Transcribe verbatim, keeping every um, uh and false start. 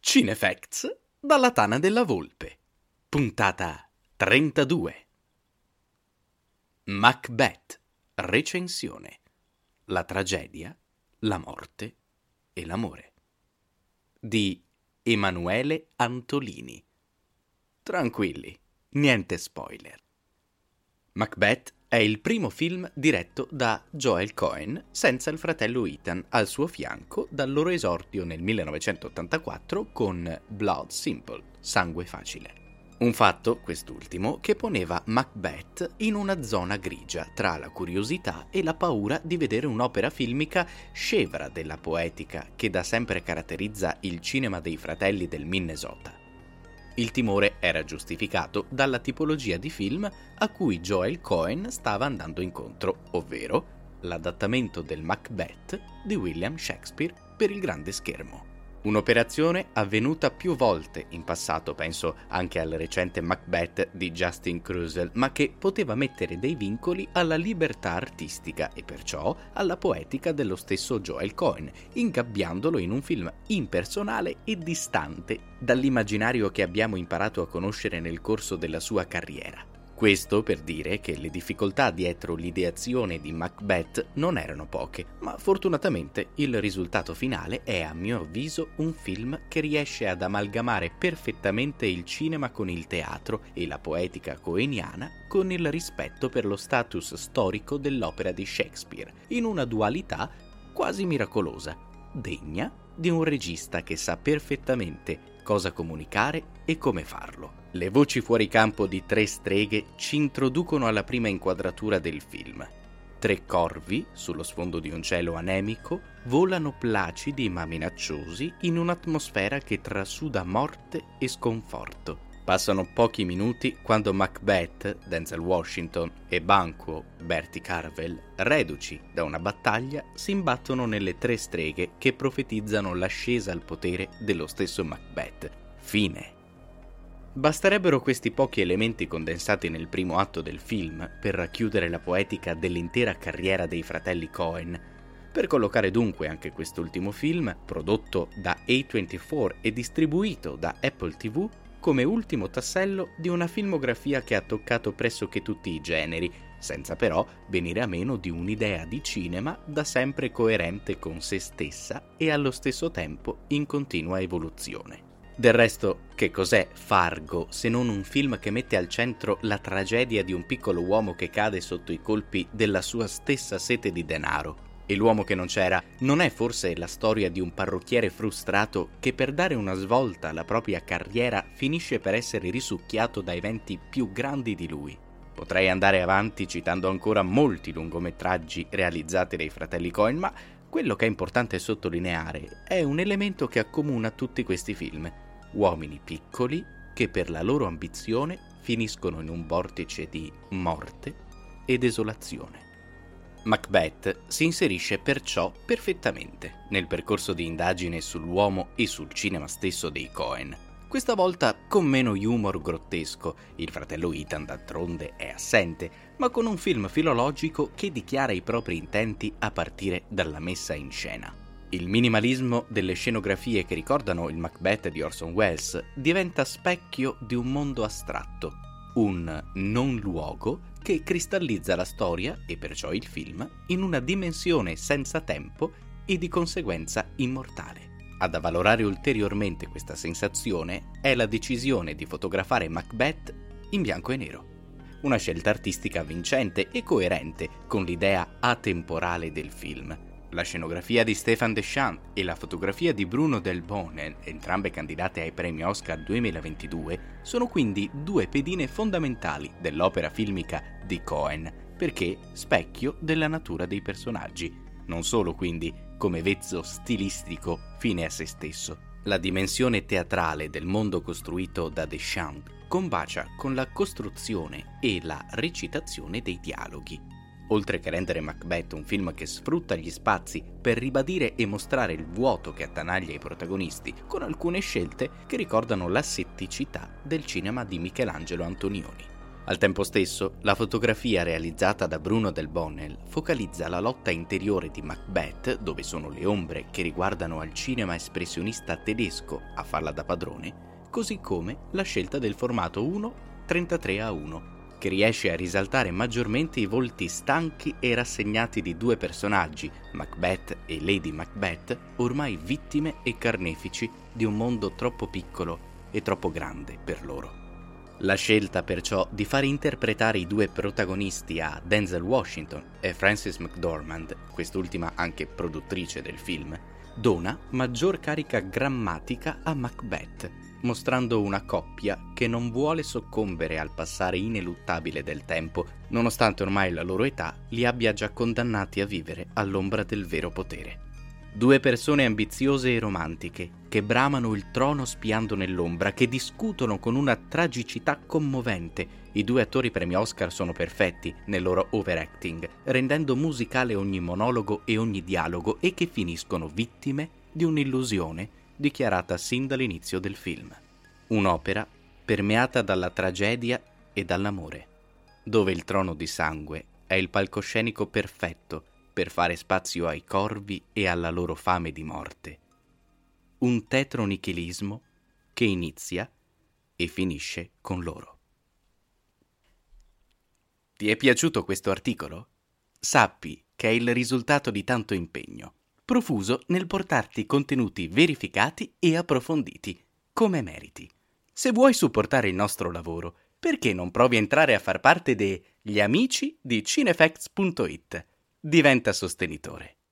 Cinefacts dalla Tana della Volpe, puntata trentadue. Macbeth, recensione. La tragedia, la morte e l'amore. Di Emanuele Antolini. Tranquilli, niente spoiler. Macbeth è il primo film diretto da Joel Cohen senza il fratello Ethan al suo fianco dal loro esordio nel millenovecentottantaquattro con Blood Simple, Sangue Facile. Un fatto, quest'ultimo, che poneva Macbeth in una zona grigia tra la curiosità e la paura di vedere un'opera filmica scevra della poetica che da sempre caratterizza il cinema dei fratelli del Minnesota. Il timore era giustificato dalla tipologia di film a cui Joel Cohen stava andando incontro, ovvero l'adattamento del Macbeth di William Shakespeare per il grande schermo. Un'operazione avvenuta più volte in passato, penso anche al recente Macbeth di Justin Krusell, ma che poteva mettere dei vincoli alla libertà artistica e perciò alla poetica dello stesso Joel Cohen, ingabbiandolo in un film impersonale e distante dall'immaginario che abbiamo imparato a conoscere nel corso della sua carriera. Questo per dire che le difficoltà dietro l'ideazione di Macbeth non erano poche, ma fortunatamente il risultato finale è a mio avviso un film che riesce ad amalgamare perfettamente il cinema con il teatro e la poetica coeniana con il rispetto per lo status storico dell'opera di Shakespeare, in una dualità quasi miracolosa, degna di un regista che sa perfettamente cosa comunicare e come farlo. Le voci fuori campo di Tre streghe ci introducono alla prima inquadratura del film. Tre corvi, sullo sfondo di un cielo anemico, volano placidi ma minacciosi in un'atmosfera che trasuda morte e sconforto. Passano pochi minuti quando Macbeth, Denzel Washington e Banquo, Bertie Carvel, reduci da una battaglia, si imbattono nelle tre streghe che profetizzano l'ascesa al potere dello stesso Macbeth. Fine. Basterebbero questi pochi elementi condensati nel primo atto del film per racchiudere la poetica dell'intera carriera dei fratelli Cohen, per collocare dunque anche quest'ultimo film, prodotto da A ventiquattro e distribuito da Apple tivù, come ultimo tassello di una filmografia che ha toccato pressoché tutti i generi, senza però venire a meno di un'idea di cinema da sempre coerente con se stessa e allo stesso tempo in continua evoluzione. Del resto, che cos'è Fargo se non un film che mette al centro la tragedia di un piccolo uomo che cade sotto i colpi della sua stessa sete di denaro? E l'uomo che non c'era non è forse la storia di un parrucchiere frustrato che per dare una svolta alla propria carriera finisce per essere risucchiato da eventi più grandi di lui? Potrei andare avanti citando ancora molti lungometraggi realizzati dai fratelli Coen, ma quello che è importante sottolineare è un elemento che accomuna tutti questi film: uomini piccoli che per la loro ambizione finiscono in un vortice di morte e desolazione. Macbeth si inserisce perciò perfettamente nel percorso di indagine sull'uomo e sul cinema stesso dei Coen. Questa volta con meno humor grottesco, il fratello Ethan d'altronde è assente, ma con un film filologico che dichiara i propri intenti a partire dalla messa in scena. Il minimalismo delle scenografie che ricordano il Macbeth di Orson Welles diventa specchio di un mondo astratto, un non luogo che cristallizza la storia, e perciò il film, in una dimensione senza tempo e di conseguenza immortale. Ad avvalorare ulteriormente questa sensazione è la decisione di fotografare Macbeth in bianco e nero. Una scelta artistica vincente e coerente con l'idea atemporale del film. La scenografia di Stéphane Deschamps e la fotografia di Bruno Delbon, entrambe candidate ai premi Oscar duemilaventidue, sono quindi due pedine fondamentali dell'opera filmica di Coen, perché specchio della natura dei personaggi, non solo quindi come vezzo stilistico fine a se stesso. La dimensione teatrale del mondo costruito da Deschamps combacia con la costruzione e la recitazione dei dialoghi. Oltre che rendere Macbeth un film che sfrutta gli spazi per ribadire e mostrare il vuoto che attanaglia i protagonisti, con alcune scelte che ricordano l'assetticità del cinema di Michelangelo Antonioni. Al tempo stesso, la fotografia realizzata da Bruno Del Bonnell focalizza la lotta interiore di Macbeth, dove sono le ombre che riguardano al cinema espressionista tedesco a farla da padrone, così come la scelta del formato uno trentatré a uno, che riesce a risaltare maggiormente i volti stanchi e rassegnati di due personaggi, Macbeth e Lady Macbeth, ormai vittime e carnefici di un mondo troppo piccolo e troppo grande per loro. La scelta perciò di far interpretare i due protagonisti a Denzel Washington e Frances McDormand, quest'ultima anche produttrice del film, dona maggior carica grammatica a Macbeth, mostrando una coppia che non vuole soccombere al passare ineluttabile del tempo, nonostante ormai la loro età li abbia già condannati a vivere all'ombra del vero potere. Due persone ambiziose e romantiche, che bramano il trono spiando nell'ombra, che discutono con una tragicità commovente. I due attori premi Oscar sono perfetti nel loro overacting, rendendo musicale ogni monologo e ogni dialogo, e che finiscono vittime di un'illusione dichiarata sin dall'inizio del film. Un'opera permeata dalla tragedia e dall'amore, dove il trono di sangue è il palcoscenico perfetto per fare spazio ai corvi e alla loro fame di morte. Un tetro nichilismo che inizia e finisce con loro. Ti è piaciuto questo articolo? Sappi che è il risultato di tanto impegno, profuso nel portarti contenuti verificati e approfonditi, come meriti. Se vuoi supportare il nostro lavoro, perché non provi a entrare a far parte degli amici di Cinefacts punto it? Diventa sostenitore.